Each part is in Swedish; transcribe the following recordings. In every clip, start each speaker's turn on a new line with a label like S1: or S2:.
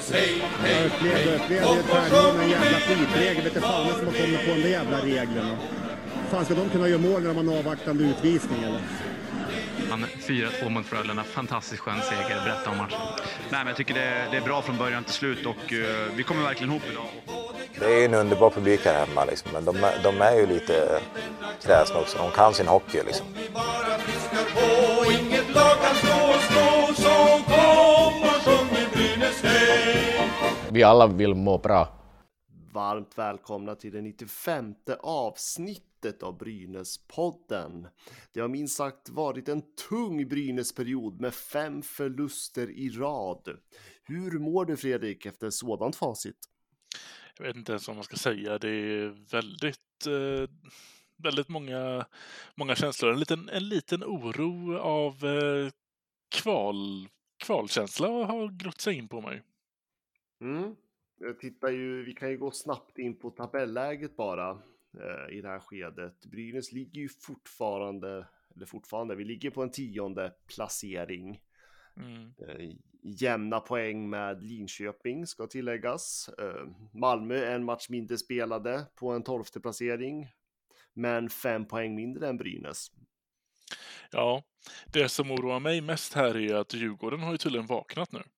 S1: Jag upplevde ett träning med en jävla skitregel. Vet du fan som har kommit på de där jävla reglerna. Fan, ska de kunna göra mål när de har en avvaktande utvisning eller?
S2: 4-2 mot Frölunda, fantastiskt skön seger. Berätta om matchen.
S3: Nej, men jag tycker det är bra från början till slut och vi kommer verkligen ihop idag.
S4: Det är en underbar publik här hemma liksom, men de är ju lite kräsna också. De kan sin hockey liksom.
S5: Vi alla vill må bra.
S6: Varmt välkomna till det 95:e avsnittet av Brynäspodden. Det har minst sagt varit en tung Brynäsperiod med 5 förluster i rad. Hur mår du, Fredrik, efter sådant facit?
S7: Jag vet inte ens vad man ska säga. Det är väldigt många känslor. En liten oro av kvalkänsla har grott sig in på mig.
S6: Vi kan ju gå snabbt in på tabelläget bara i det här skedet. Brynäs ligger ju fortfarande, vi ligger på en 10:e placering. Jämna poäng med Linköping ska tilläggas. Malmö en match mindre spelade på en 12:e placering, men 5 poäng mindre än Brynäs.
S7: Ja, det som oroar mig mest här är att Djurgården har ju tydligen vaknat nu.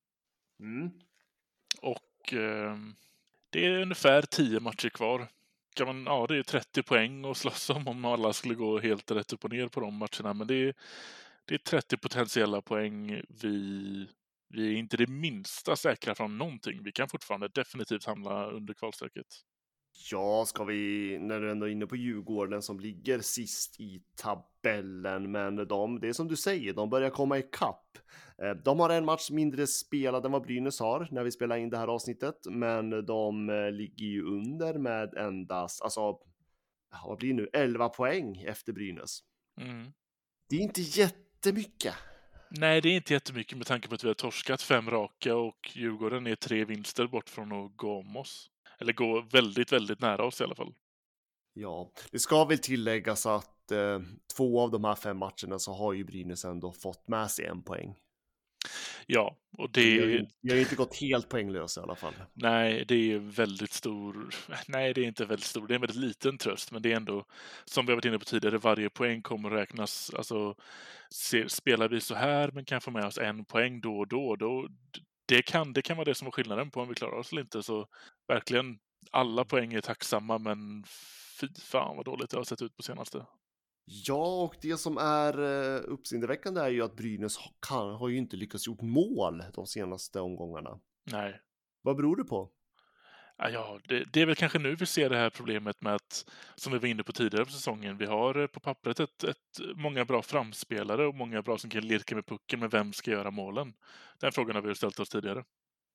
S7: Och det är ungefär 10 matcher kvar. Det är 30 poäng att slåss om alla skulle gå helt rätt upp och ner på de matcherna. Men det är 30 potentiella poäng. Vi är inte det minsta säkra från någonting. Vi kan fortfarande definitivt hamna under kvalstrecket.
S6: Ja, när du ändå är inne på Djurgården som ligger sist i tabellen, men det är som du säger, de börjar komma ikapp. De har en match mindre spelad än vad Brynäs har när vi spelar in det här avsnittet, men de ligger ju under med endast, vad blir nu, 11 poäng efter Brynäs. Det är inte jättemycket.
S7: Nej, det är inte jättemycket med tanke på att vi har torskat 5 raka och Djurgården är 3 vinster bort från att gå om oss. Eller gå väldigt, väldigt nära oss i alla fall. Ja,
S6: det ska väl tilläggas att 2 av de här 5 matcherna så har ju Brynäs ändå fått med sig 1 poäng.
S7: Ja, och
S6: Vi har ju inte gått helt poänglösa i alla fall.
S7: Nej, det är väldigt stor. Nej, det är inte väldigt stor. Det är en väldigt liten tröst, men det är ändå, som vi har varit inne på tidigare, varje poäng kommer att räknas. Alltså, spelar vi så här men kan få med oss 1 poäng då och då det kan vara det som är skillnaden på om vi klarar oss eller inte. Så verkligen, alla poäng är tacksamma, men fy fan vad dåligt det har sett ut på senaste.
S6: Ja, och det som är uppseendeväckande är ju att Brynäs har ju inte lyckats gjort mål de senaste omgångarna.
S7: Nej.
S6: Vad beror det på?
S7: Ja, det är väl kanske nu vi ser det här problemet med att, som vi var inne på tidigare på säsongen, vi har på pappret många bra framspelare och många bra som kan lirka med pucken, men vem ska göra målen? Den frågan har vi ju ställt oss tidigare.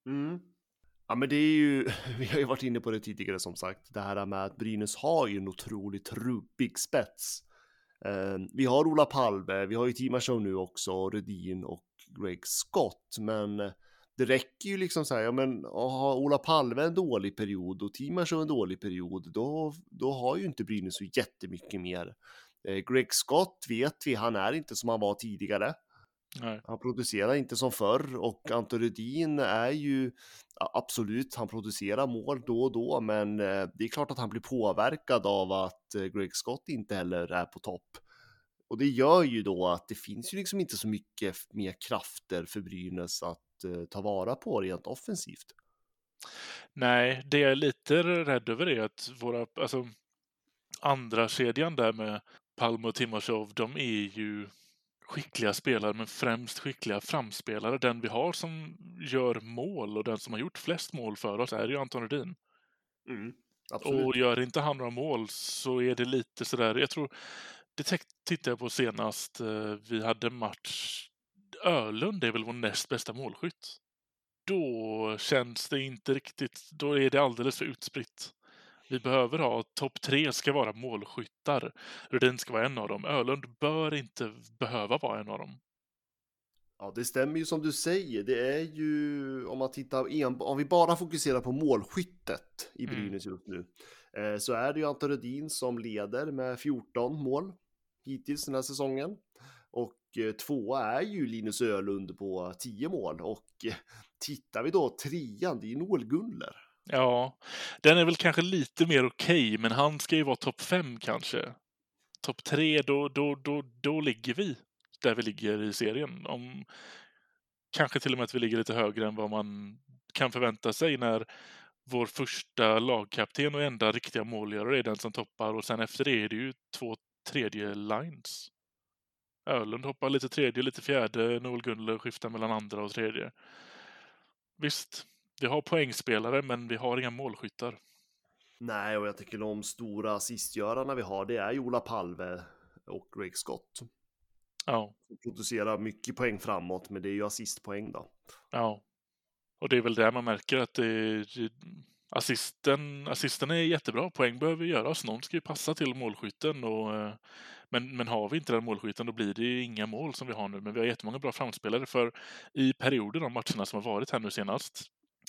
S6: Ja, men det är ju, vi har ju varit inne på det tidigare som sagt, det här med att Brynäs har ju en otroligt trubbig spets. Vi har Ola Palve, vi har ju Timashow nu också, Rödin och Greg Scott, men det räcker ju liksom så här, har Ola Palve en dålig period och Timashow en dålig period, då har ju inte Brynäs så jättemycket mer. Greg Scott vet vi, han är inte som han var tidigare.
S7: Nej.
S6: Han producerar inte som förr, och Anton Rödin är ju absolut, han producerar mål då och då, men det är klart att han blir påverkad av att Greg Scott inte heller är på topp. Och det gör ju då att det finns ju liksom inte så mycket mer krafter för Brynäs att ta vara på rent offensivt.
S7: Nej, det jag är lite rädd över är att andra kedjan där med Palme och Timashov, de är ju skickliga spelare, men främst skickliga framspelare. Den vi har som gör mål och den som har gjort flest mål för oss är ju Anton Rödin.
S6: Absolut.
S7: Och gör inte han några mål så är det lite sådär, jag tror, det tittade jag på senast, vi hade match, Öhlund är väl vår näst bästa målskytt. Då känns det inte riktigt, då är det alldeles för utspritt. Vi behöver ha, topp 3 ska vara målskyttar. Rödin ska vara en av dem. Öhlund bör inte behöva vara en av dem.
S6: Ja, det stämmer ju som du säger. Det är ju, om vi bara fokuserar på målskyttet i Brynäs just nu, så är det ju Anton Rödin som leder med 14 mål hittills den här säsongen. Och tvåa är ju Linus Ölund på 10 mål. Och tittar vi då trean, det är Noel Gunler.
S7: Ja, den är väl kanske lite mer okej, men han ska ju vara topp 5 kanske. Topp 3, då ligger vi där vi ligger i serien. Kanske till och med att vi ligger lite högre än vad man kan förvänta sig när vår första lagkapten och enda riktiga målgörare är den som toppar, och sen efter det är det ju 2 tredje lines. Ölund hoppar lite tredje, lite fjärde, Noel Gunler skiftar mellan andra och tredje. Visst, vi har poängspelare, men vi har inga målskyttar.
S6: Nej, och jag tycker de stora assistgörarna vi har, det är ju Ola Palve och Greg Scott.
S7: Ja.
S6: Som producerar mycket poäng framåt, men det är ju assistpoäng då.
S7: Ja. Och det är väl där man märker att assisten är jättebra. Poäng behöver göras. Någon ska ju passa till målskytten. Men har vi inte den målskytten, då blir det inga mål som vi har nu. Men vi har jättemånga bra framspelare, för i perioder av matcherna som har varit här nu senast,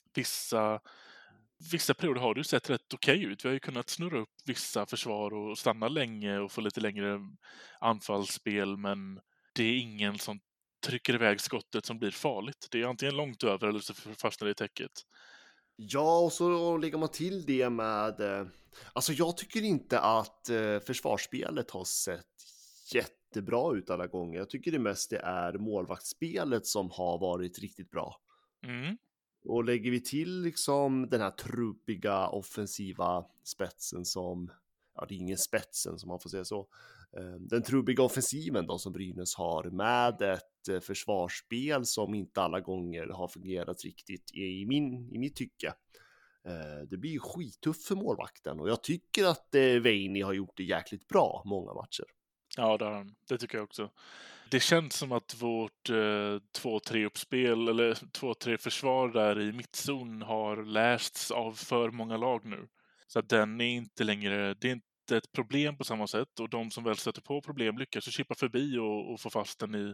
S7: vissa perioder har det ju sett rätt okej ut. Vi har ju kunnat snurra upp vissa försvar och stanna länge och få lite längre anfallsspel, men det är ingen som trycker iväg skottet som blir farligt. Det är antingen långt över eller så fastnar det i täcket.
S6: Ja, och så lägger man till det med... Alltså jag tycker inte att försvarsspelet har sett jättebra ut alla gånger. Jag tycker det mest det är målvaktsspelet som har varit riktigt bra.
S7: Mm.
S6: Och lägger vi till liksom den här trubbiga offensiva spetsen som... Ja, det är ingen spetsen som man får säga så. Den trubbiga offensiven då som Brynäs har med ett försvarsspel som inte alla gånger har fungerat riktigt i mitt tycke. Det blir skitufft för målvakten, och jag tycker att Veini har gjort det jäkligt bra många matcher.
S7: Ja, det tycker jag också. Det känns som att vårt 2-3-uppspel eller 2-3 försvar där i mittzon har lästs av för många lag nu. Så att den är inte längre, det är inte ett problem på samma sätt, och de som väl stöter på problem lyckas så chippa förbi och få fast den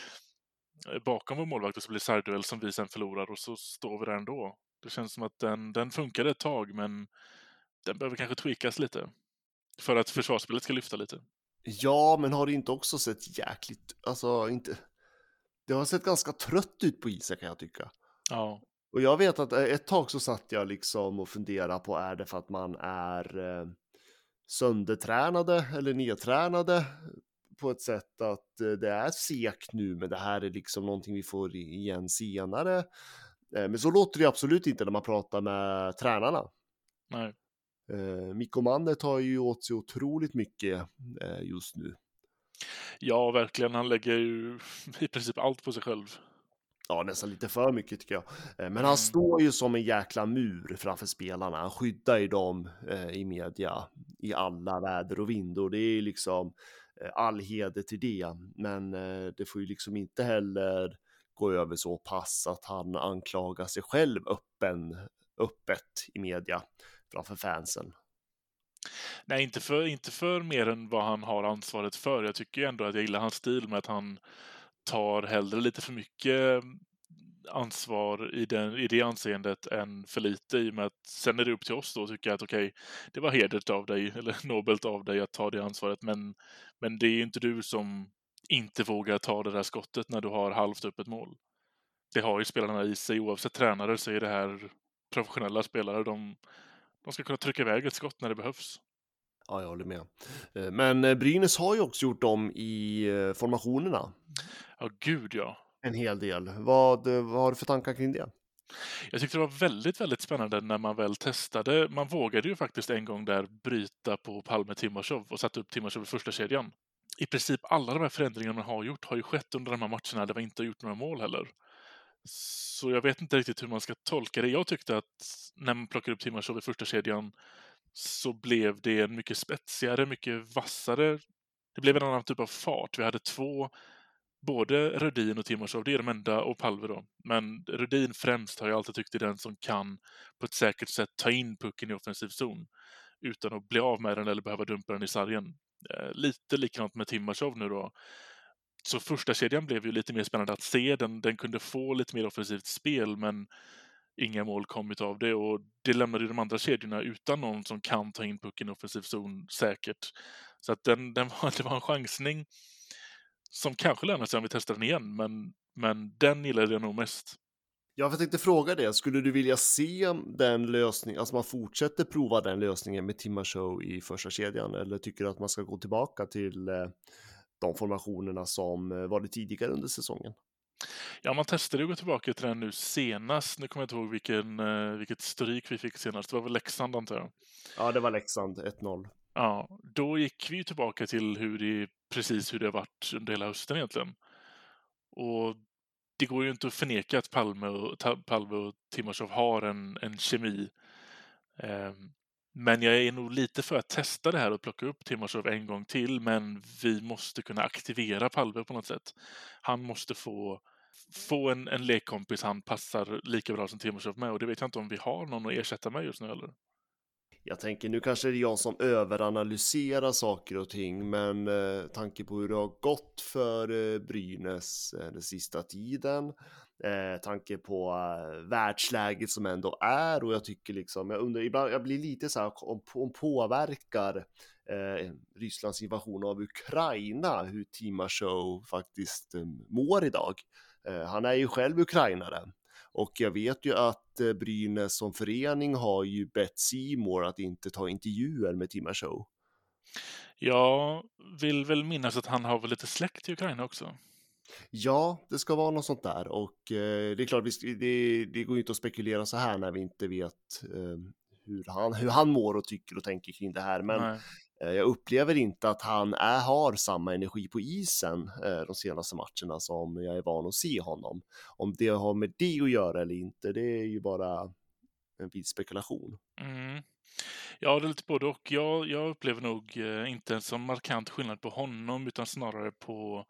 S7: bakom vår målvakt, och så blir särduell som vi sen förlorar, och så står vi där ändå. Det känns som att den funkade ett tag, men den behöver kanske tweakas lite för att försvarsspelet ska lyfta lite.
S6: Ja, men har det inte också sett jäkligt, alltså inte, det har sett ganska trött ut på isen kan jag tycka.
S7: Ja.
S6: Och jag vet att ett tag så satt jag liksom och funderade på, är det för att man är söndertränade eller nedtränade på ett sätt att det är sekt nu, men det här är liksom någonting vi får igen senare. Men så låter det absolut inte när man pratar med tränarna.
S7: Nej.
S6: Mikko Manne tar ju åt sig otroligt mycket just nu.
S7: Ja, verkligen. Han lägger ju i princip allt på sig själv.
S6: Ja, nästan lite för mycket tycker jag. Men han står ju som en jäkla mur framför spelarna. Han skyddar ju dem i media i alla väder och vind. Och det är liksom all heder till det. Men det får ju liksom inte heller gå över så pass att han anklagar sig själv öppet i media framför fansen.
S7: Nej, inte för mer än vad han har ansvaret för. Jag tycker ju ändå att jag gillar hans stil med att han tar hellre lite för mycket ansvar i det anseendet än för lite, i och med att sen är det upp till oss då att tycka att okej, det var hedert av dig eller nobelt av dig att ta det ansvaret, men det är ju inte du som inte vågar ta det där skottet när du har halvt upp ett mål. Det har ju spelarna i sig, oavsett tränare så är det här professionella spelare, de ska kunna trycka iväg ett skott när det behövs.
S6: Ja, jag håller med. Men Brynäs har ju också gjort dem i formationerna.
S7: Ja, gud ja.
S6: En hel del. Vad har du för tankar kring det?
S7: Jag tyckte det var väldigt, väldigt spännande när man väl testade. Man vågade ju faktiskt en gång där bryta på Palme Timashov och satte upp Timashov i första kedjan. I princip alla de här förändringarna man har gjort har ju skett under de här matcherna där vi inte har gjort några mål heller. Så jag vet inte riktigt hur man ska tolka det. Jag tyckte att när man plockade upp Timashov i första kedjan så blev det en mycket spetsigare, mycket vassare. Det blev en annan typ av fart. Vi hade både Rödin och Timashov, det är de enda, och Palve då. Men Rödin främst har jag alltid tyckt är den som kan på ett säkert sätt ta in pucken i offensiv zon utan att bli av med den eller behöva dumpa den i sargen. Lite likadant med Timashov nu då. Så första kedjan blev ju lite mer spännande att se. Den kunde få lite mer offensivt spel, men inga mål kom av det, och det lämnade ju de andra kedjorna utan någon som kan ta in pucken i offensiv zon säkert. Så att det var en chansning som kanske lönar sig om vi testar den igen, men den gillade jag nog mest.
S6: Ja, jag tänkte fråga det. Skulle du vilja se den lösningen, alltså man fortsätter prova den lösningen med Timashou i första kedjan, eller tycker du att man ska gå tillbaka till de formationerna som var det tidigare under säsongen?
S7: Ja, man testade att gå tillbaka till den nu senast. Nu kommer jag inte ihåg vilket stryk vi fick senast. Det var väl Leksand, antar jag.
S6: Ja, det var Leksand 1-0.
S7: Ja, då gick vi tillbaka till precis hur det har varit under hela hösten egentligen. Och det går ju inte att förneka att Palme och Timashov har en kemi. Men jag är nog lite för att testa det här och plocka upp Timashov en gång till, men vi måste kunna aktivera Palme på något sätt. Han måste få en lekkompis han passar lika bra som Timashov med, och det vet jag inte om vi har någon att ersätta med just nu eller?
S6: Jag tänker, nu kanske det är jag som överanalyserar saker och ting, men tanke på hur det har gått för Brynäs den sista tiden, tanke på världsläget som ändå är, och jag tycker liksom, jag undrar ibland, jag blir lite så här om påverkar Rysslands invasion av Ukraina hur Timashou faktiskt mår idag. Han är ju själv ukrainare. Och jag vet ju att Brynäs som förening har ju bett C More att inte ta intervjuer med Timashou.
S7: Jag vill väl minnas att han har väl lite släkt i Ukraina också.
S6: Ja, det ska vara något sånt där. Och det är klart, det går ju inte att spekulera så här när vi inte vet hur han mår och tycker och tänker kring det här. Men jag upplever inte att han har samma energi på isen de senaste matcherna som jag är van att se honom. Om det har med det att göra eller inte, det är ju bara en vid spekulation.
S7: Mm. Ja, det är lite både och. Jag upplever nog inte en så markant skillnad på honom, utan snarare på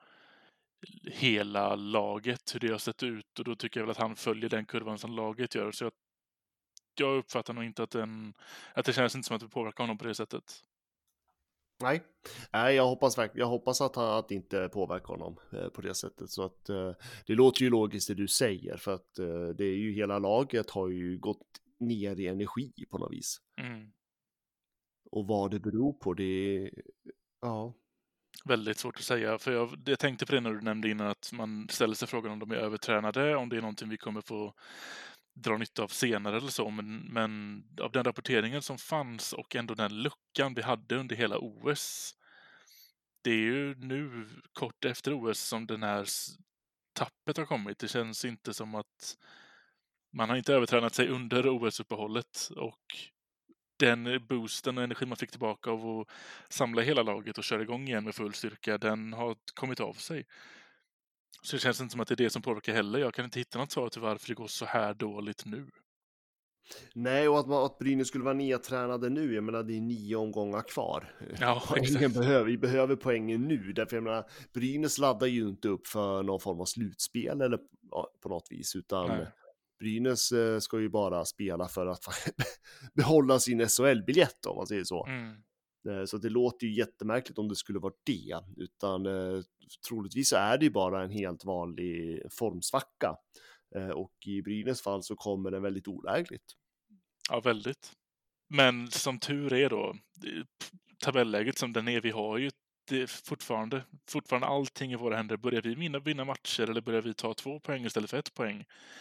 S7: hela laget, hur det har sett ut. Och då tycker jag väl att han följer den kurvan som laget gör. Så jag uppfattar nog inte att det känns inte som att det påverkar honom på det sättet.
S6: Nej, jag hoppas att det inte påverkar honom på det sättet. Så att det låter ju logiskt det du säger, för att det är ju hela laget har ju gått ner i energi på något vis.
S7: Mm.
S6: Och vad det beror på, det är, ja.
S7: Väldigt svårt att säga, för jag tänkte på det när du nämnde innan att man ställer sig frågan om de är övertränade, om det är någonting vi kommer få dra nytta av senare eller så, men av den rapporteringen som fanns och ändå den luckan vi hade under hela OS, det är ju nu kort efter OS som den här tappet har kommit. Det känns inte som att man har inte övertränat sig under OS-uppehållet, och den boosten och energi man fick tillbaka av att samla hela laget och köra igång igen med full styrka, den har kommit av sig. Så det känns inte som att det är det som påverkar heller. Jag kan inte hitta något svar till varför det går så här dåligt nu.
S6: Nej, och att Brynäs skulle vara nedtränade nu, jag menar det är 9 omgångar kvar.
S7: Ja,
S6: Vi behöver poängen nu, därför jag menar Brynäs laddar ju inte upp för någon form av slutspel eller på något vis, utan Brynäs ska ju bara spela för att behålla sin SHL-biljett, om man säger så. Så det låter ju jättemärkligt om det skulle vara det, utan troligtvis så är det ju bara en helt vanlig formsvacka. Och i Brynäs fall så kommer den väldigt olägligt.
S7: Ja, väldigt. Men som tur är då, tabelläget som den är, vi har ju fortfarande allting i våra händer. Börjar vi vinna matcher eller börjar vi ta 2 poäng istället för 1 poäng,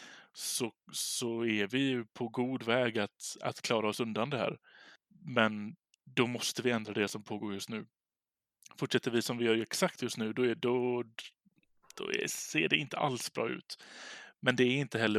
S7: så är vi ju på god väg att klara oss undan det här. Men då måste vi ändra det som pågår just nu. Fortsätter vi som vi gör exakt just nu, då ser det inte alls bra ut. Men det är inte heller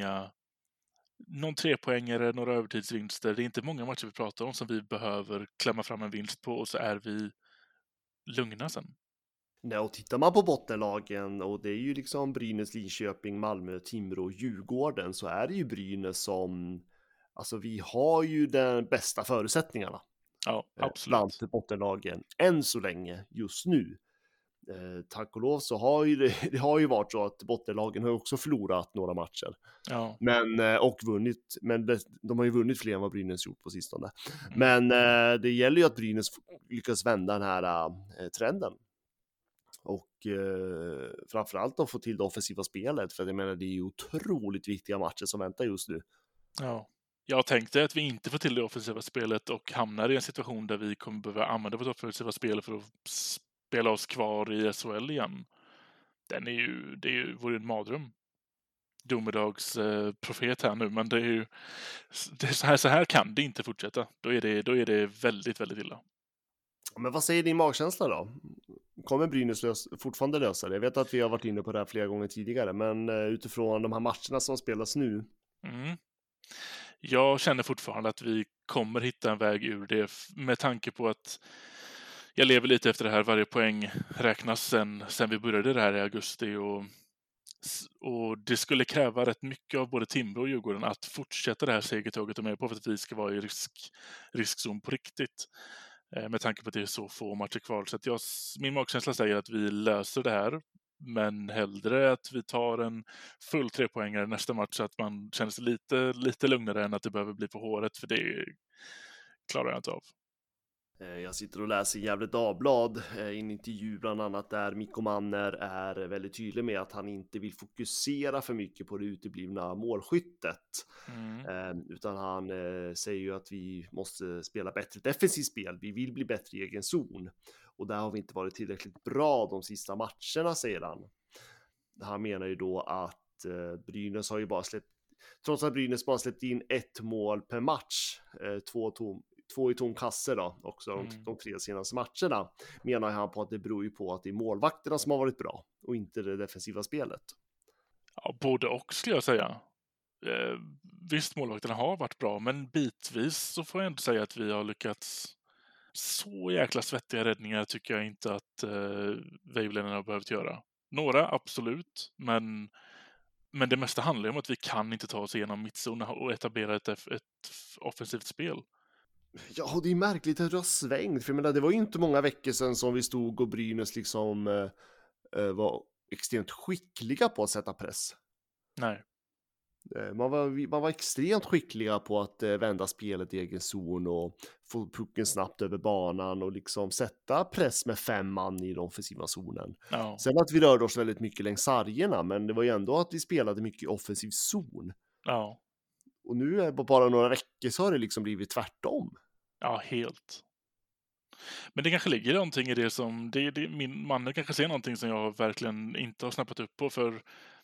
S7: någon 3-poängare, några övertidsvinster. Det är inte många matcher vi pratar om som vi behöver klämma fram en vinst på, och så är vi lugna sen.
S6: Nej, och tittar man på bottenlagen, och det är ju liksom Brynäs, Linköping, Malmö, Timrå och Djurgården, så är det ju Brynäs som, alltså vi har ju de bästa förutsättningarna.
S7: Ja, absolut.
S6: Bland bottenlagen än så länge just nu. Tack och lov så har ju det har ju varit så att bottenlagen har också förlorat några matcher.
S7: Ja.
S6: Och vunnit, men de har ju vunnit fler än vad Brynäs gjort på sistone. Men det gäller ju att Brynäs lyckas vända den här trenden. Och framförallt att få till det offensiva spelet, för jag menar det är ju otroligt viktiga matcher som väntar just nu.
S7: Ja. Jag tänkte att vi inte får till det offensiva spelet och hamnar i en situation där vi kommer behöva använda vårt offensiva spel för att spela oss kvar i SHL igen. Vore en mardröm. Domedags profet här nu, men det är ju så här kan det inte fortsätta. Då är det väldigt, väldigt illa.
S6: Men vad säger din magkänsla då? Kommer Brynäs fortfarande lösa det? Jag vet att vi har varit inne på det här flera gånger tidigare, men utifrån de här matcherna som spelas nu.
S7: Jag känner fortfarande att vi kommer hitta en väg ur det, med tanke på att jag lever lite efter det här. Varje poäng räknas sen vi började det här i augusti, och det skulle kräva rätt mycket av både Timrå och Djurgården att fortsätta det här segertåget de är på, för att vi ska vara i riskzon på riktigt. Med tanke på att det är så få matcher kvar. Så att min magkänsla säger att vi löser det här, men hellre att vi tar en full 3-poängare nästa match, så att man känner sig lite lugnare än att det behöver bli på håret, för det klarar jag inte av.
S6: Jag sitter och läser Gefle Dagblad, i en intervju bland annat där Mikko Manner är väldigt tydlig med att han inte vill fokusera för mycket på det uteblivna målskyttet. Utan han säger ju att vi måste spela bättre defensivt spel, vi vill bli bättre i egen zon. Och där har vi inte varit tillräckligt bra de sista matcherna, säger han. Han menar ju då att Brynäs har ju bara trots att Brynäs bara släppt in 1 mål per match, 2 i tom kasse då, också de 3 senaste matcherna, menar han på att det beror ju på att det är målvakterna som har varit bra och inte det defensiva spelet.
S7: Ja, både och skulle jag säga. Visst, målvakterna har varit bra, men bitvis så får jag ändå säga att vi har lyckats. Så jäkla svettiga räddningar tycker jag inte att Väivlänen har behövt göra. Några, absolut, men det mesta handlar om att vi kan inte ta oss igenom mittzon och etablera ett offensivt spel.
S6: Ja, och det är märkligt att du har svängt, för jag menar, det var ju inte många veckor sedan som vi stod och Brynäs liksom var extremt skickliga på att sätta press.
S7: Nej.
S6: Man var extremt skickliga på att vända spelet i egen zon och få pucken snabbt över banan och liksom sätta press med 5 man i den offensiva zonen.
S7: Ja.
S6: Sen att vi rörde oss väldigt mycket längs sargerna, men det var ju ändå att vi spelade mycket i offensiv zon.
S7: Ja.
S6: Och nu på bara några veckor så har det liksom blivit tvärtom.
S7: Ja, helt. Men det kanske ligger någonting i det som... min man kanske ser någonting som jag verkligen inte har snappat upp på, för...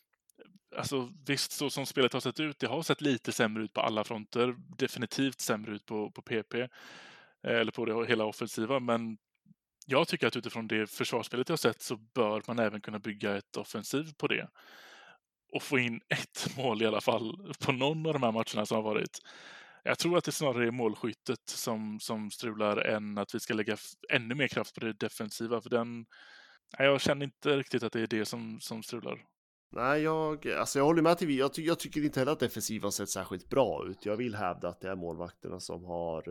S7: Alltså visst, så som spelet har sett ut, det har sett lite sämre ut på alla fronter. Definitivt sämre ut på PP. Eller på det hela offensiva. Men jag tycker att utifrån det försvarsspelet jag har sett så bör man även kunna bygga ett offensiv på det. Och få in 1 mål i alla fall på någon av de här matcherna som har varit. Jag tror att det snarare är målskyttet som strular än att vi ska lägga ännu mer kraft på det defensiva. För jag känner inte riktigt att det är det som strular.
S6: Nej, jag håller med till jag tycker inte heller att defensiven har sett särskilt bra ut. Jag vill hävda att det är målvakterna som har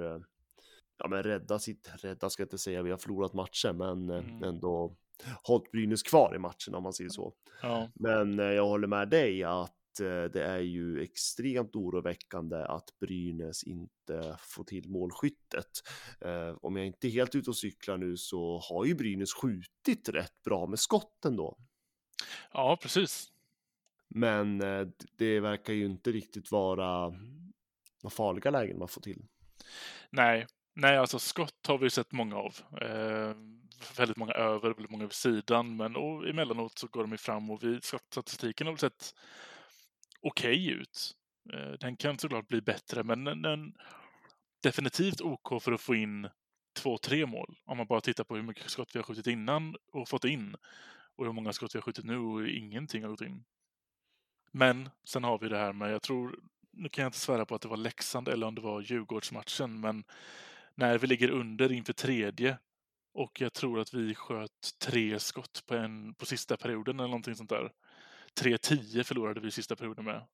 S6: rädda ska jag inte säga, vi har förlorat matcher, men ändå hållit Brynäs kvar i matchen, om man säger så.
S7: Ja.
S6: Men jag håller med dig att det är ju extremt oroväckande att Brynäs inte får till målskyttet. Om jag inte är helt ute och cyklar nu så har ju Brynäs skjutit rätt bra med skotten då.
S7: Ja, precis.
S6: Men det verkar ju inte riktigt vara några farliga lägen man får till. Nej,
S7: alltså skott har vi sett många av. Väldigt många över, väldigt många vid sidan. Men emellanåt så går de fram, och statistiken har väl sett okej ut. Den kan såklart bli bättre, men den definitivt OK för att få in 2-3 mål. Om man bara tittar på hur mycket skott vi har skjutit innan och fått in. Och hur många skott vi har skjutit nu och ingenting har gått in. Men sen har vi det här med, jag tror, nu kan jag inte svära på att det var Leksand eller om det var Djurgårdsmatchen, men när vi ligger under inför 3:e och jag tror att vi sköt 3 skott på sista perioden eller någonting sånt där. 3-10 förlorade vi sista perioden med.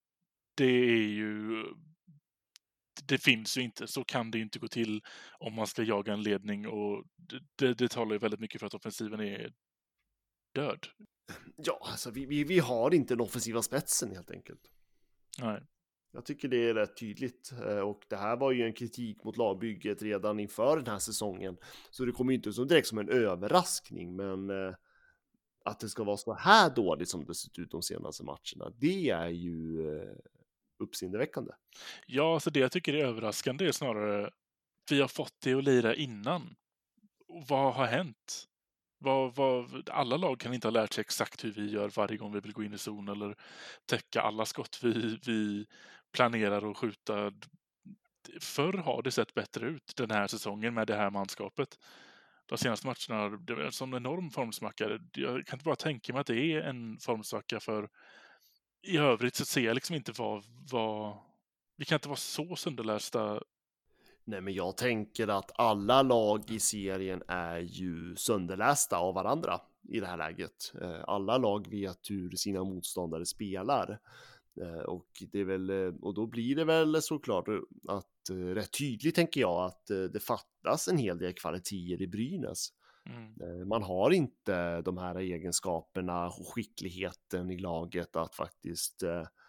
S7: Det finns ju inte, så kan det ju inte gå till om man ska jaga en ledning, och det talar ju väldigt mycket för att offensiven är död.
S6: Ja, alltså vi har inte den offensiva spetsen helt enkelt.
S7: Nej.
S6: Jag tycker det är rätt tydligt, och det här var ju en kritik mot lagbygget redan inför den här säsongen, så det kommer ju inte som direkt som en överraskning, men att det ska vara så här dåligt som det sett ut de senaste matcherna, det är ju uppseendeväckande.
S7: Ja, alltså det jag tycker är överraskande är snarare vi har fått det att lira innan. Vad har hänt? Alla lag kan inte ha lärt sig exakt hur vi gör varje gång vi vill gå in i zon eller täcka alla skott vi planerar att skjuta. Förr har det sett bättre ut den här säsongen med det här manskapet. De senaste matcherna, det är en sån enorm formsvacka. Jag kan inte bara tänka mig att det är en formsvacka, för i övrigt så ser jag liksom inte vad vi kan inte vara så sönderlästa.
S6: Nej, men jag tänker att alla lag i serien är ju sönderlästa av varandra i det här läget. Alla lag vet hur sina motståndare spelar. Och det är väl, och då blir det väl såklart att rätt tydligt, tänker jag, att det fattas en hel del kvaliteter i Brynäs. Man har inte de här egenskaperna och skickligheten i laget att faktiskt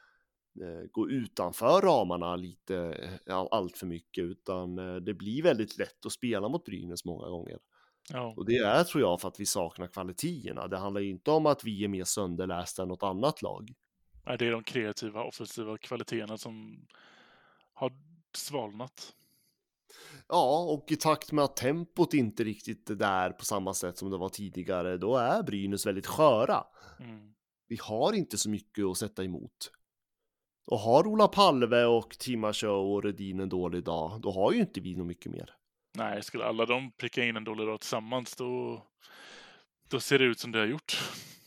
S6: gå utanför ramarna lite allt för mycket, utan det blir väldigt lätt att spela mot Brynäs många gånger.
S7: Ja.
S6: Och det är, tror jag, för att vi saknar kvaliteterna. Det handlar ju inte om att vi är mer sönderlästa än något annat lag.
S7: Nej, det är de kreativa, offensiva kvaliteterna som har svalnat.
S6: Ja, och i takt med att tempot inte riktigt är där på samma sätt som det var tidigare, då är Brynäs väldigt sköra. Vi har inte så mycket att sätta emot. Och har Ola Palve och Timashou och Redin en dålig dag, då har ju inte vi något mycket mer.
S7: Nej, skulle alla de pricka in en dålig dag tillsammans, då ser det ut som det har gjort.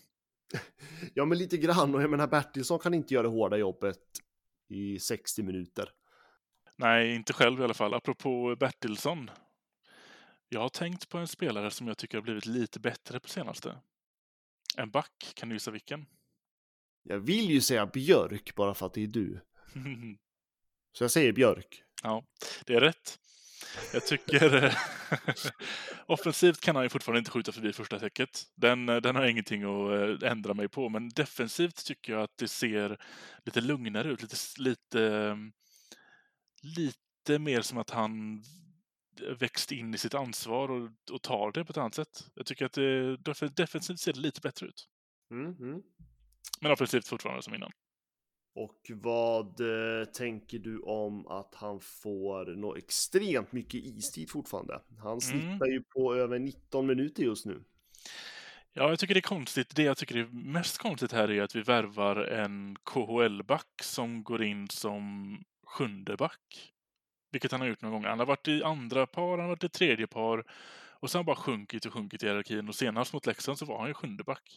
S6: Ja, men lite grann. Och jag menar, Bertilsson kan inte göra det hårda jobbet i 60 minuter.
S7: Nej, inte själv i alla fall. Apropå Bertilsson. Jag har tänkt på en spelare som jag tycker har blivit lite bättre på senaste. En back, kan du gissa vilken?
S6: Jag vill ju säga Björk bara för att det är du. Så jag säger Björk.
S7: Ja, det är rätt. Jag tycker offensivt kan han ju fortfarande inte skjuta förbi första täcket. Den har ingenting att ändra mig på. Men defensivt tycker jag att det ser lite lugnare ut. Lite mer som att han växt in i sitt ansvar och tar det på ett annat sätt. Jag tycker att defensivt ser det lite bättre ut. Men offensivt fortfarande som innan.
S6: Och vad tänker du om att han får något extremt mycket istid fortfarande? Han snittar ju på över 19 minuter just nu.
S7: Ja, jag tycker det är konstigt. Det jag tycker är mest konstigt här är att vi värvar en KHL-back som går in som sjunde back. Vilket han har gjort någon gång. Han har varit i andra par, han har varit i tredje par. Och sen bara sjunkit i hierarkin. Och senast mot Leksand så var han ju sjunde back.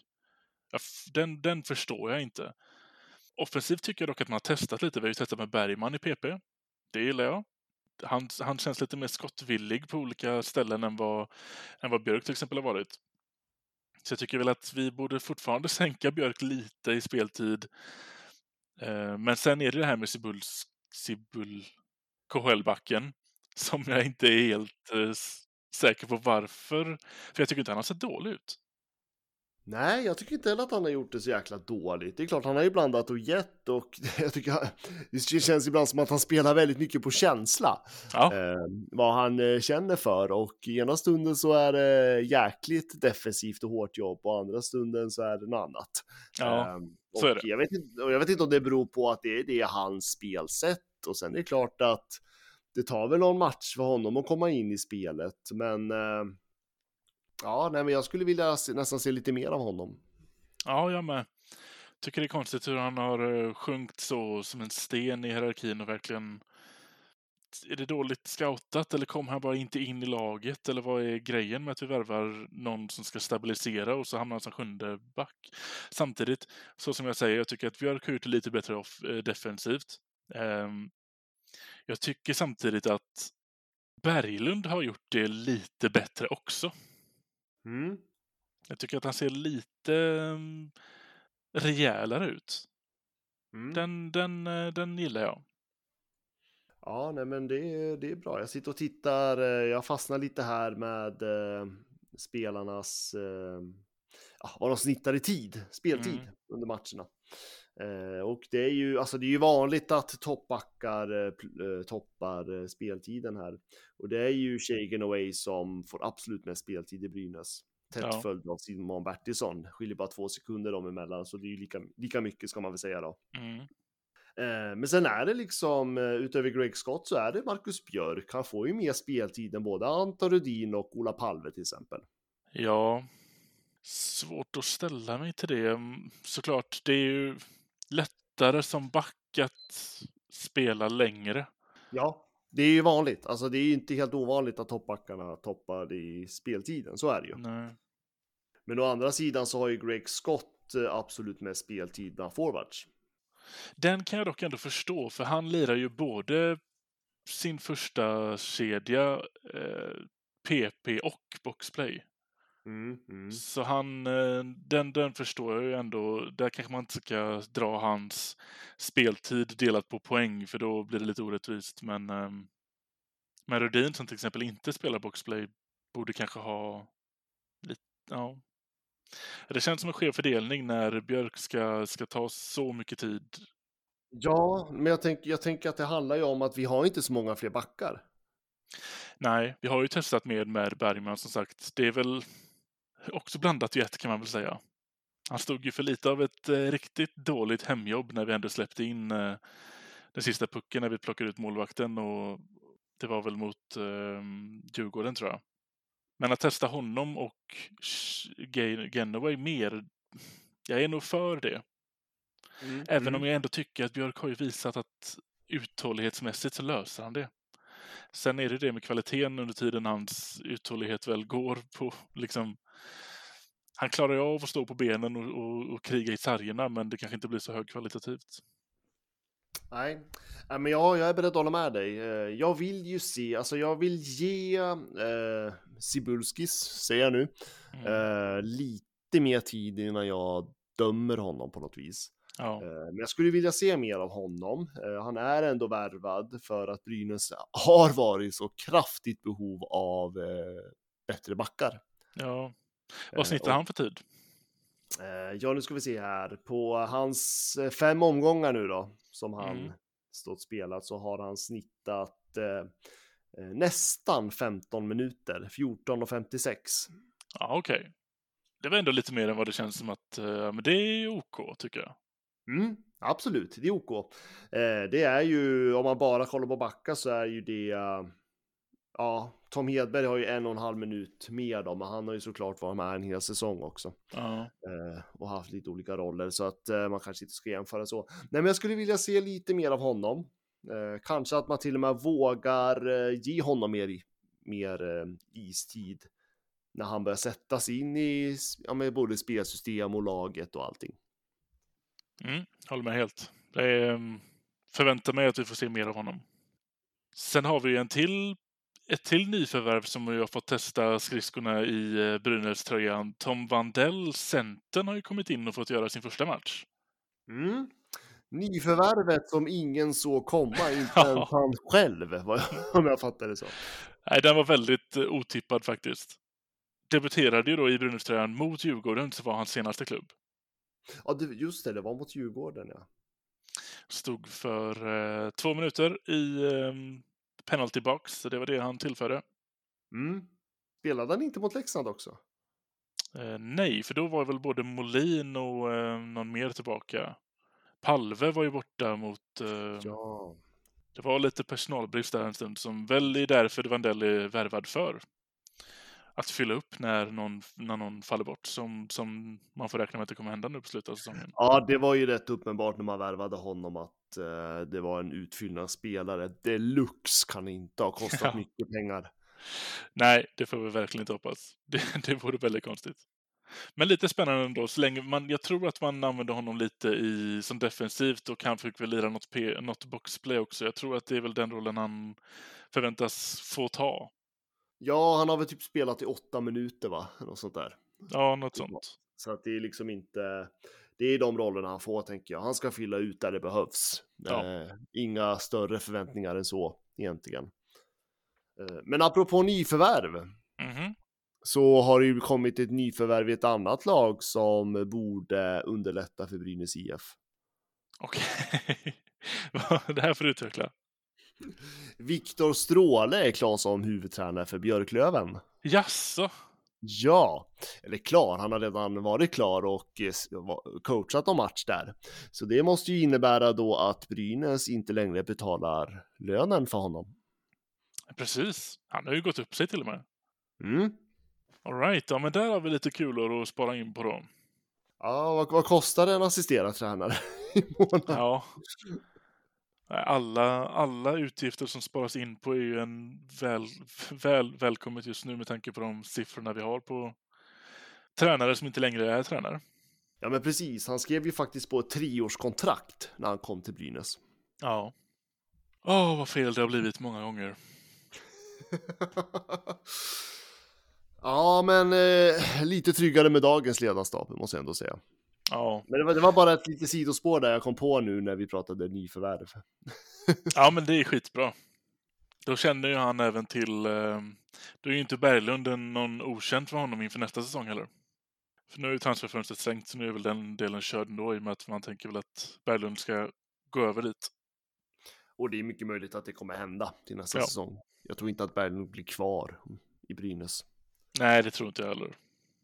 S7: Den förstår jag inte. Offensivt tycker jag dock att man har testat lite. Vi har ju testat med Bergman i PP. Det gillar jag. Han känns lite mer skottvillig på olika ställen än vad Björk till exempel har varit. Så jag tycker väl att vi borde fortfarande sänka Björk lite i speltid. Men sen är det här med Sibul KHL-backen som jag inte är helt säker på varför. För jag tycker inte han har sett dålig ut.
S6: Nej, jag tycker inte heller att han har gjort det så jäkla dåligt. Det är klart, han har ju blandat och gett, och jag tycker det känns ibland som att han spelar väldigt mycket på känsla.
S7: Ja.
S6: Vad han känner för, och ena stunden så är det jäkligt defensivt och hårt jobb, och andra stunden så är det något annat.
S7: Ja, så är det.
S6: Jag vet inte om det beror på att det är hans spelsätt, och sen är det klart att det tar väl någon match för honom att komma in i spelet, men ja, nej, men jag skulle vilja nästan se lite mer av honom.
S7: Ja, jag med. Tycker det är konstigt hur han har sjunkit så som en sten i hierarkin och verkligen... Är det dåligt scoutat eller kom han bara inte in i laget? Eller vad är grejen med att vi värvar någon som ska stabilisera och så hamnar han som sjunde back? Samtidigt, så som jag säger, jag tycker att Björk har gjort det lite bättre defensivt. Jag tycker samtidigt att Berglund har gjort det lite bättre också. Jag tycker att han ser lite rejälare ut. Den gillar jag.
S6: Ja, nej, men det är bra. Jag sitter och tittar, jag fastnar lite här med spelarnas, vad de snittar i speltid under matcherna. Och det är ju vanligt att toppbackar toppar speltiden här. Och det är ju Shagan Away som får absolut mest speltid i Brynäs. Tätt följd av Simon Bertilsson. Skiljer bara 2 sekunder dem emellan, så det är ju lika mycket, ska man väl säga då. Men sen är det liksom, utöver Greg Scott så är det Marcus Björk. Han får ju mer speltid än både Anton Rudin och Ola Palve till exempel.
S7: Ja, Svårt att ställa mig till det. Såklart, det är ju lättare som back att spela längre.
S6: Ja, det är ju vanligt. Alltså det är ju inte helt ovanligt att toppbackarna toppar i speltiden. Så är det ju.
S7: Nej.
S6: Men å andra sidan så har ju Greg Scott absolut mest speltid bland forwards.
S7: Den kan jag dock ändå förstå, för han lirar ju både sin första kedja, PP och boxplay. Så den förstår jag ju ändå. Där kanske man inte ska dra hans speltid delat på poäng, för då blir det lite orättvist. Men Rudin som till exempel inte spelar boxplay borde kanske ha lite, ja. Det känns som en skev fördelning när Björk ska ta så mycket tid.
S6: Ja, men jag tänker att det handlar ju om att vi har inte så många fler backar.
S7: Nej, vi har ju testat med Bergman som sagt. Det är väl också blandat i ett kan man väl säga. Han stod ju för lite av ett riktigt dåligt hemjobb när vi ändå släppte in den sista pucken när vi plockade ut målvakten, och det var väl mot Djurgården tror jag. Men att testa honom och Genoway mer, jag är nog för det. Även om jag ändå tycker att Björk har ju visat att uthållighetsmässigt så löser han det. Sen är det med kvaliteten under tiden hans uthållighet väl går på liksom. Han klarar ju av att stå på benen och kriga i sargerna, men det kanske inte blir så högkvalitativt.
S6: Nej, men jag är beredd att hålla med dig. Jag vill ju se, alltså jag vill ge Cibulskis, säger jag nu, lite mer tid innan jag dömer honom på något vis.
S7: Ja.
S6: Men jag skulle vilja se mer av honom. Han är ändå värvad för att Brynäs har varit så kraftigt behov av bättre backar.
S7: Ja. Vad snittar han för tid?
S6: Ja, nu ska vi se här. På hans 5 omgångar nu då, som han stått spelat, så har han snittat nästan 15 minuter, 14:56.
S7: Ja, okej. Det var ändå lite mer än vad det känns som att, men det är OK tycker jag.
S6: Absolut, det är OK. Det är ju, om man bara kollar på backar så är ju det, ja, Tom Hedberg har ju 1,5 minut mer då, men han har ju såklart varit med en hel säsong också.
S7: Ja.
S6: Och haft lite olika roller, så att man kanske inte ska jämföra så. Nej, men jag skulle vilja se lite mer av honom. Kanske att man till och med vågar ge honom mer istid när han börjar sättas in i med både spelsystem och laget och allting.
S7: Håller med helt. Förväntar mig att vi får se mer av honom. Sen har vi ett till nyförvärv som vi har fått testa skridskorna i Brynäs-tröjan. Tom Vandell, centern, har ju kommit in och fått göra sin första match.
S6: Nyförvärvet som ingen såg komma, inte ens han själv, om jag fattar det så.
S7: Nej, den var väldigt otippad faktiskt. Debuterade ju då i Brynäs-tröjan mot Djurgården, så var hans senaste klubb.
S6: Ja, just det var mot Djurgården, ja.
S7: Stod för 2 minuter i penalty box, så det var det han tillförde.
S6: Spelade han inte mot Leksand också?
S7: Nej, för då var väl både Molin och någon mer tillbaka. Palve var ju borta mot...
S6: Ja.
S7: Det var lite personalbrist där en stund, som väl är därför Vandell är värvad för. Att fylla upp när någon faller bort, som man får räkna med att det kommer hända nu på slutet av säsongen.
S6: Ja, det var ju rätt uppenbart när man värvade honom att det var en utfyllnadsspelare. Deluxe kan inte ha kostat mycket pengar.
S7: Nej, det får vi verkligen inte hoppas. Det vore väldigt konstigt. Men lite spännande ändå, så länge jag tror att man använde honom lite som defensivt, och han fick väl lira något boxplay också. Jag tror att det är väl den rollen han förväntas få ta.
S6: Ja, han har väl typ spelat i 8 minuter, va? Något sånt där.
S7: Ja, något sånt.
S6: Så att det är liksom inte... Det är de rollerna han får, tänker jag. Han ska fylla ut där det behövs.
S7: Ja.
S6: Inga större förväntningar än så, egentligen. Men apropå nyförvärv. Så har det ju kommit ett nyförvärv i ett annat lag som borde underlätta för Brynäs IF.
S7: Okej. Det här får du utveckla.
S6: Viktor Stråle är klar som huvudtränare för Björklöven.
S7: Jaså?
S6: Ja, eller klar. Han har redan varit klar och coachat en match där. Så det måste ju innebära då att Brynäs inte längre betalar lönen för honom.
S7: Precis. Han har ju gått upp sig till och med. All right, ja men där har vi lite kulor att spara in på då.
S6: Ja, vad kostar en assisterad tränare i månaden?
S7: Ja. Alla utgifter som sparas in på är ju en välkommet just nu med tanke på de siffrorna vi har på tränare som inte längre är tränare.
S6: Ja, men precis. Han skrev ju faktiskt på ett 3-årskontrakt när han kom till Brynäs.
S7: Ja. Vad fel det har blivit många gånger.
S6: Ja, men lite tryggare med dagens ledarstab, måste jag ändå säga.
S7: Ja.
S6: Men det var bara ett litet sidospår där jag kom på nu när vi pratade nyförvärv.
S7: Ja, men det är skitbra. Då känner ju han även till... Då är ju inte Berglund någon okänd för honom inför nästa säsong heller. För nu är ju transferfönstret stängt, så nu är väl den delen körd ändå i och med att man tänker väl att Berglund ska gå över dit.
S6: Och det är mycket möjligt att det kommer hända till nästa säsong. Jag tror inte att Berglund blir kvar i Brynäs.
S7: Nej, det tror inte jag heller.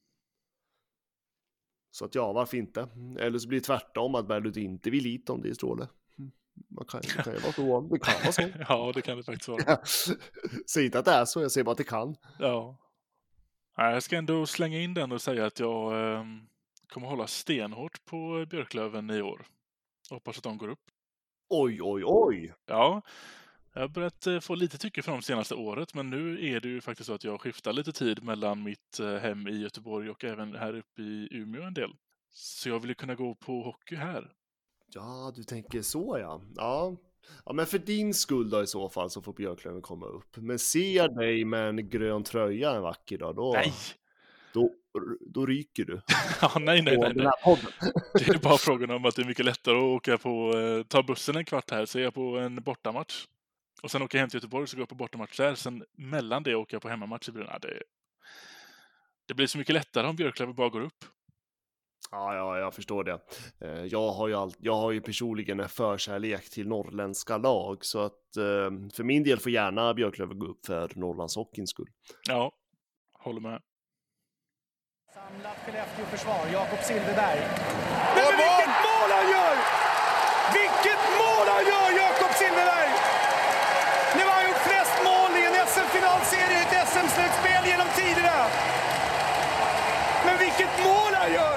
S6: Så att ja, varför inte? Eller så blir det tvärtom att Berglund inte vill hit om det är Stråle. Det kan ju vara så. Det kan vara så.
S7: Ja, det kan det faktiskt vara.
S6: Säg inte att det är så, jag säger bara att det kan.
S7: Ja. Nej, jag ska ändå slänga in den och säga att jag kommer hålla stenhårt på Björklöven i år. Hoppas att de går upp.
S6: Oj!
S7: Ja, jag har börjat få lite tycke för dem senaste året, men nu är det ju faktiskt så att jag skiftar lite tid mellan mitt hem i Göteborg och även här uppe i Umeå en del. Så jag vill ju kunna gå på hockey här.
S6: Ja, du tänker så ja. Ja, men för din skull då i så fall så får Björklöven komma upp. Men ser dig med en grön tröja en vacker dag,
S7: Nej!
S6: Då ryker du.
S7: Ja, nej.
S6: Den här podden.
S7: Det är bara frågan om att det är mycket lättare att åka ta bussen en kvart här, så är jag på en bortamatch. Och sen åker jag hem till Göteborg så går jag på bortamatch där. Sen mellan det åker jag på hemmamatch i Brunna. Det blir så mycket lättare om Björklöven bara går upp.
S6: Ja, jag förstår det. Jag har ju personligen en förkärlek till norrländska lag, så att för min del får gärna Björklöven gå upp för Norrlandshockeyns skull.
S7: Ja, håller med.
S8: Samlat Skellefteå-försvar, Jakob Silfverberg. Men vilket mål han gör! Vilket mål han gör, Jakob Silfverberg! Nu har han gjort flest mål i en SM-finalserie i ett SM-slutspel genom tiderna. Men vilket mål han gör!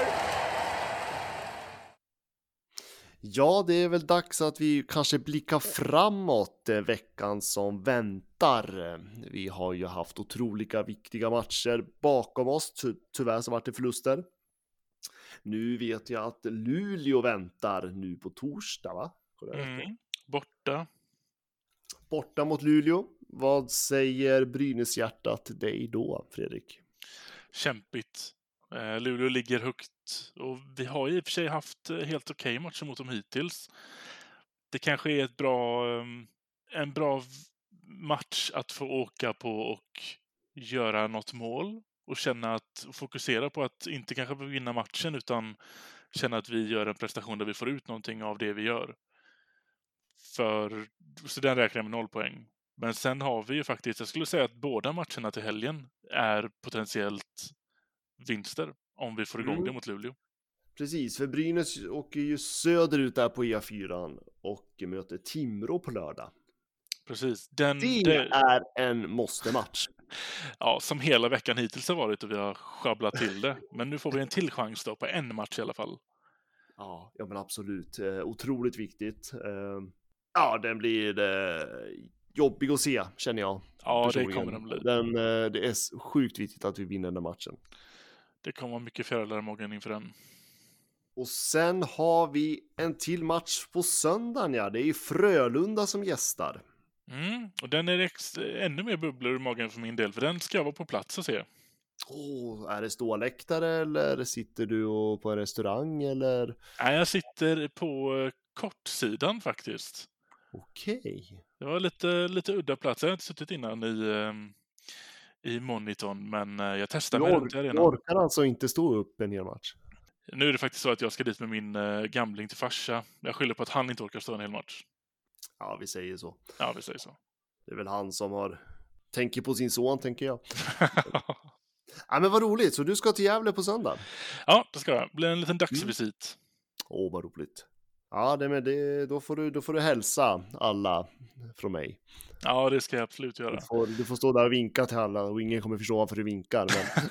S6: Ja, det är väl dags att vi kanske blickar framåt veckan som väntar. Vi har ju haft otroliga viktiga matcher bakom oss. Tyvärr så vart det förluster. Nu vet jag att Luleå väntar nu på torsdag, va? Borta mot Luleå. Vad säger Brynäs-hjärtat dig då, Fredrik?
S7: Kämpigt. Luleå ligger högt och vi har i och för sig haft helt okej matcher mot dem hittills. Det kanske är en bra match att få åka på och göra något mål och fokusera på att inte kanske vinna matchen utan känna att vi gör en prestation där vi får ut någonting av det vi gör. Så den räknar jag med 0 poäng. Men sen har vi ju faktiskt, jag skulle säga att båda matcherna till helgen är potentiellt vinster om vi får igång det mot Luleå.
S6: Precis, för Brynäs åker ju söderut där på E4 och möter Timrå på lördag.
S7: Precis.
S6: Det är en måste-match.
S7: Ja, som hela veckan hittills har varit och vi har schabblat till det. Men nu får vi en till chans då på en match i alla fall.
S6: Ja men absolut. Otroligt viktigt. Ja, den blir jobbig att se, känner jag.
S7: Ja, det kommer den bli.
S6: Det är sjukt viktigt att vi vinner den matchen.
S7: Det kommer vara mycket fjärilar i magen inför den.
S6: Och sen har vi en till match på söndagen, ja. Det är Frölunda som gästar.
S7: Och den är ännu mer bubblor i magen för min del, för den ska jag vara på plats och se.
S6: Är det ståläktare eller sitter du på en restaurang eller?
S7: Nej, jag sitter på kortsidan faktiskt.
S6: Okej.
S7: Det var lite udda plats. Jag har inte suttit innan i monitorn, men jag testar mig runt i arenan.
S6: Du orkar alltså inte stå upp en hel match?
S7: Nu är det faktiskt så att jag ska dit med min gamling till farsa. Jag skyller på att han inte orkar stå en hel match.
S6: Ja, vi säger så.
S7: Ja, vi säger så.
S6: Det är väl han som tänker på sin son, tänker jag. Ja, men vad roligt. Så du ska till Gävle på söndag?
S7: Ja, det ska jag. Det blir en liten dagsvisit.
S6: Vad roligt. Ja, då får du hälsa alla från mig.
S7: Ja, det ska jag absolut göra.
S6: Du får stå där och vinka till alla och ingen kommer förstå varför du vinkar. Men...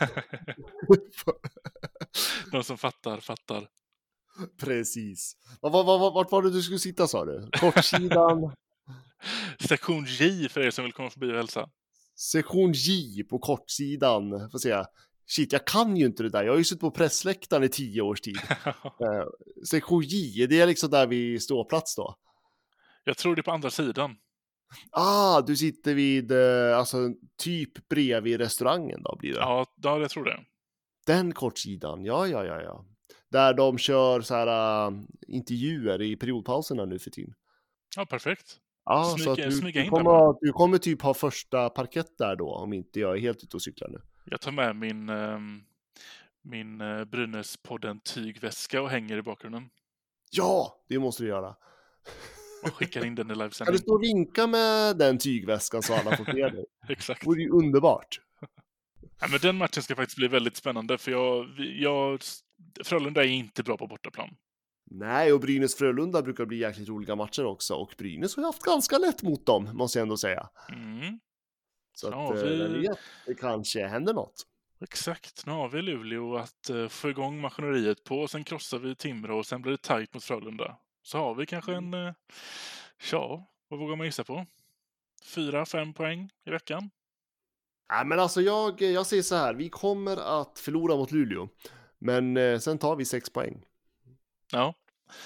S7: De som fattar.
S6: Precis. Vart var det du skulle sitta, sa du? Kortsidan.
S7: Sektion J för er som vill komma förbi och hälsa.
S6: Sektion J på kortsidan. Får se. Shit, jag kan ju inte det där. Jag har ju suttit på pressläktaren i 10 års tid. Sektion J, det är liksom där vi står plats då?
S7: Jag tror det är på andra sidan.
S6: Du sitter vid, alltså typ bredvid restaurangen då blir det?
S7: Ja, jag tror det.
S6: Den kortsidan, ja. Där de kör så här intervjuer i periodpauserna nu för tiden.
S7: Ja, perfekt.
S6: Ja, så att du kommer typ ha första parkett där då, om inte jag är helt ute och cyklar nu.
S7: Jag tar med min Brynäs-podden tygväska och hänger i bakgrunden.
S6: Ja, det måste du göra.
S7: Och skickar in den i livesändning.
S6: Kan du stå och vinka med den tygväskan så alla får se dig?
S7: Exakt.
S6: Det vore ju underbart.
S7: Ja, men den matchen ska faktiskt bli väldigt spännande, för Frölunda är inte bra på bortaplan.
S6: Nej, och Brynäs-Frölunda brukar bli jäkligt roliga matcher också. Och Brynäs har ju haft ganska lätt mot dem, måste jag ändå säga. Så att det kanske händer något.
S7: Exakt, nu har vi Luleå att få igång maskineriet på. Och sen krossar vi Timrå och sen blir det tajt mot Frölunda. Så har vi kanske vad vågar man gissa på? 4-5 poäng i veckan?
S6: Nej, men alltså jag säger så här. Vi kommer att förlora mot Luleå. Men sen tar vi 6 poäng.
S7: Ja,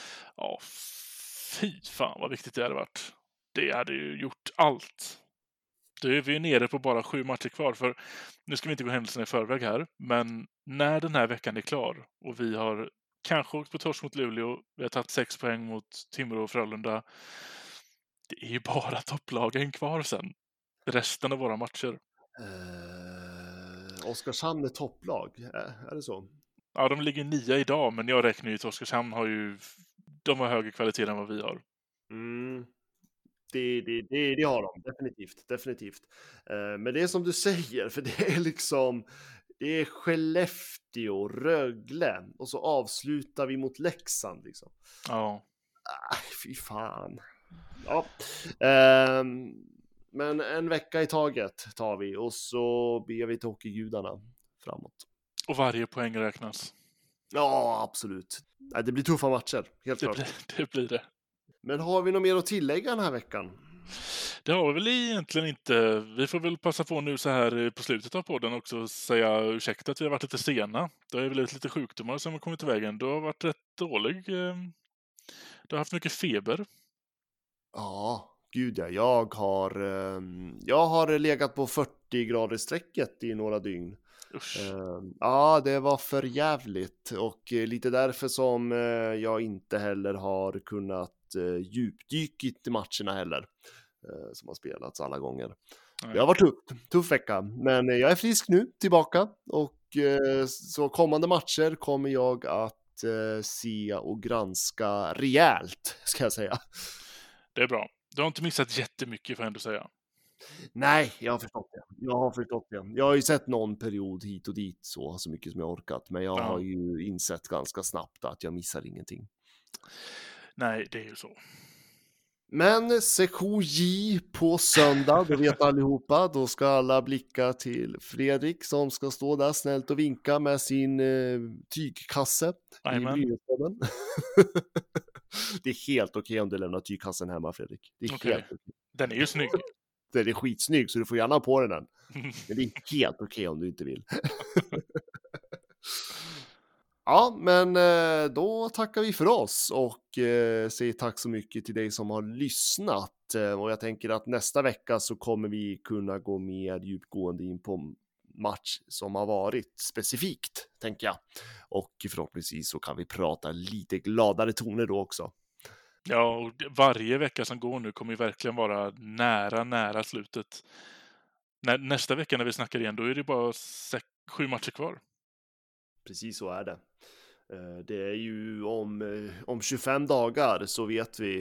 S7: fy fan vad viktigt det hade varit. Det hade ju gjort allt. Då är vi ju nere på bara 7 matcher kvar. För nu ska vi inte gå händelserna i förväg här. Men när den här veckan är klar och vi har kanske åkt på torsk mot Luleå, vi har tagit 6 poäng mot Timrå och Frölunda. Det är ju bara topplagen kvar sen. Resten av våra matcher.
S6: Oskarshamn är topplag, är det så?
S7: Ja, de ligger 9 idag, men jag räknar ju att Oskarshamn de har högre kvalitet än vad vi har.
S6: Det har de, definitivt. Men det är som du säger, för det är liksom, det är Skellefteå, Rögle och så avslutar vi mot Leksand liksom.
S7: Ja.
S6: Fy fan. Ja. Men en vecka i taget tar vi och så ber vi till hockeygudarna framåt.
S7: Och varje poäng räknas.
S6: Ja, absolut. Det blir tuffa matcher, helt klart.
S7: Det blir det.
S6: Men har vi något mer att tillägga den här veckan?
S7: Det har vi väl egentligen inte. Vi får väl passa på nu så här på slutet av podden också säga ursäkta att vi har varit lite sena. Det har ju blivit lite sjukdomar som har kommit i vägen. Du har varit rätt dålig. Du har haft mycket feber.
S6: Ja, gud ja. Jag har legat på 40 grader strecket i några dygn. Ja, det var för jävligt och lite därför som jag inte heller har kunnat djupdyka i matcherna heller som har spelats alla gånger. Det har varit tuff vecka, men jag är frisk nu, tillbaka och så kommande matcher kommer jag att se och granska rejält, ska jag säga.
S7: Det är bra. Du har inte missat jättemycket, får jag ändå säga.
S6: Nej, jag har förstått det. Jag har ju sett någon period hit och dit så mycket som jag orkat, men jag har ju insett ganska snabbt att jag missar ingenting.
S7: Nej, det är ju så.
S6: Men sektion J på söndag, det vet allihopa. Då ska alla blicka till Fredrik som ska stå där snällt och vinka med sin tygkasse i Brynäspodden. Det är helt okej om du lämnar tygkassen hemma, Fredrik. Det är helt okej.
S7: Den är ju snygg.
S6: Den är skitsnygg, så du får gärna på den. Men det är helt okej om du inte vill. Ja, men då tackar vi för oss och säger tack så mycket till dig som har lyssnat. Och jag tänker att nästa vecka så kommer vi kunna gå mer djupgående in på match som har varit specifikt, tänker jag. Och förhoppningsvis så kan vi prata lite gladare toner då också.
S7: Ja, och varje vecka som går nu kommer ju verkligen vara nära slutet. Nästa vecka när vi snackar igen, då är det bara 7 matcher kvar.
S6: Precis så är det. Det är ju om 25 dagar så vet vi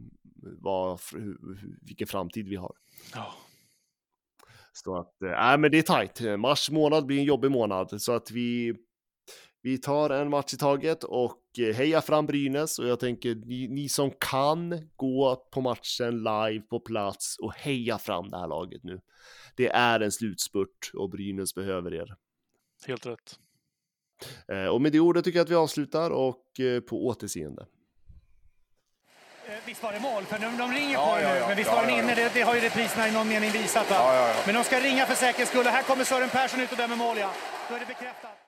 S6: vilken framtid vi har.
S7: Ja.
S6: Så att, men det är tajt. Mars månad blir en jobbig månad. Så att vi tar en match i taget och heja fram Brynäs, och jag tänker ni som kan gå på matchen live på plats och heja fram det här laget nu. Det är en slutspurt och Brynäs behöver er.
S7: Helt rätt.
S6: Och med det ordet tycker jag att vi avslutar och på återseende.
S8: Visst var det mål, för de ringer på nu, men visst var den inne, det har ju repriserna i någon mening visat. Men de ska ringa för säkerhets skull, och här kommer Sören Persson ut och dömer mål, ja. Då är det bekräftat.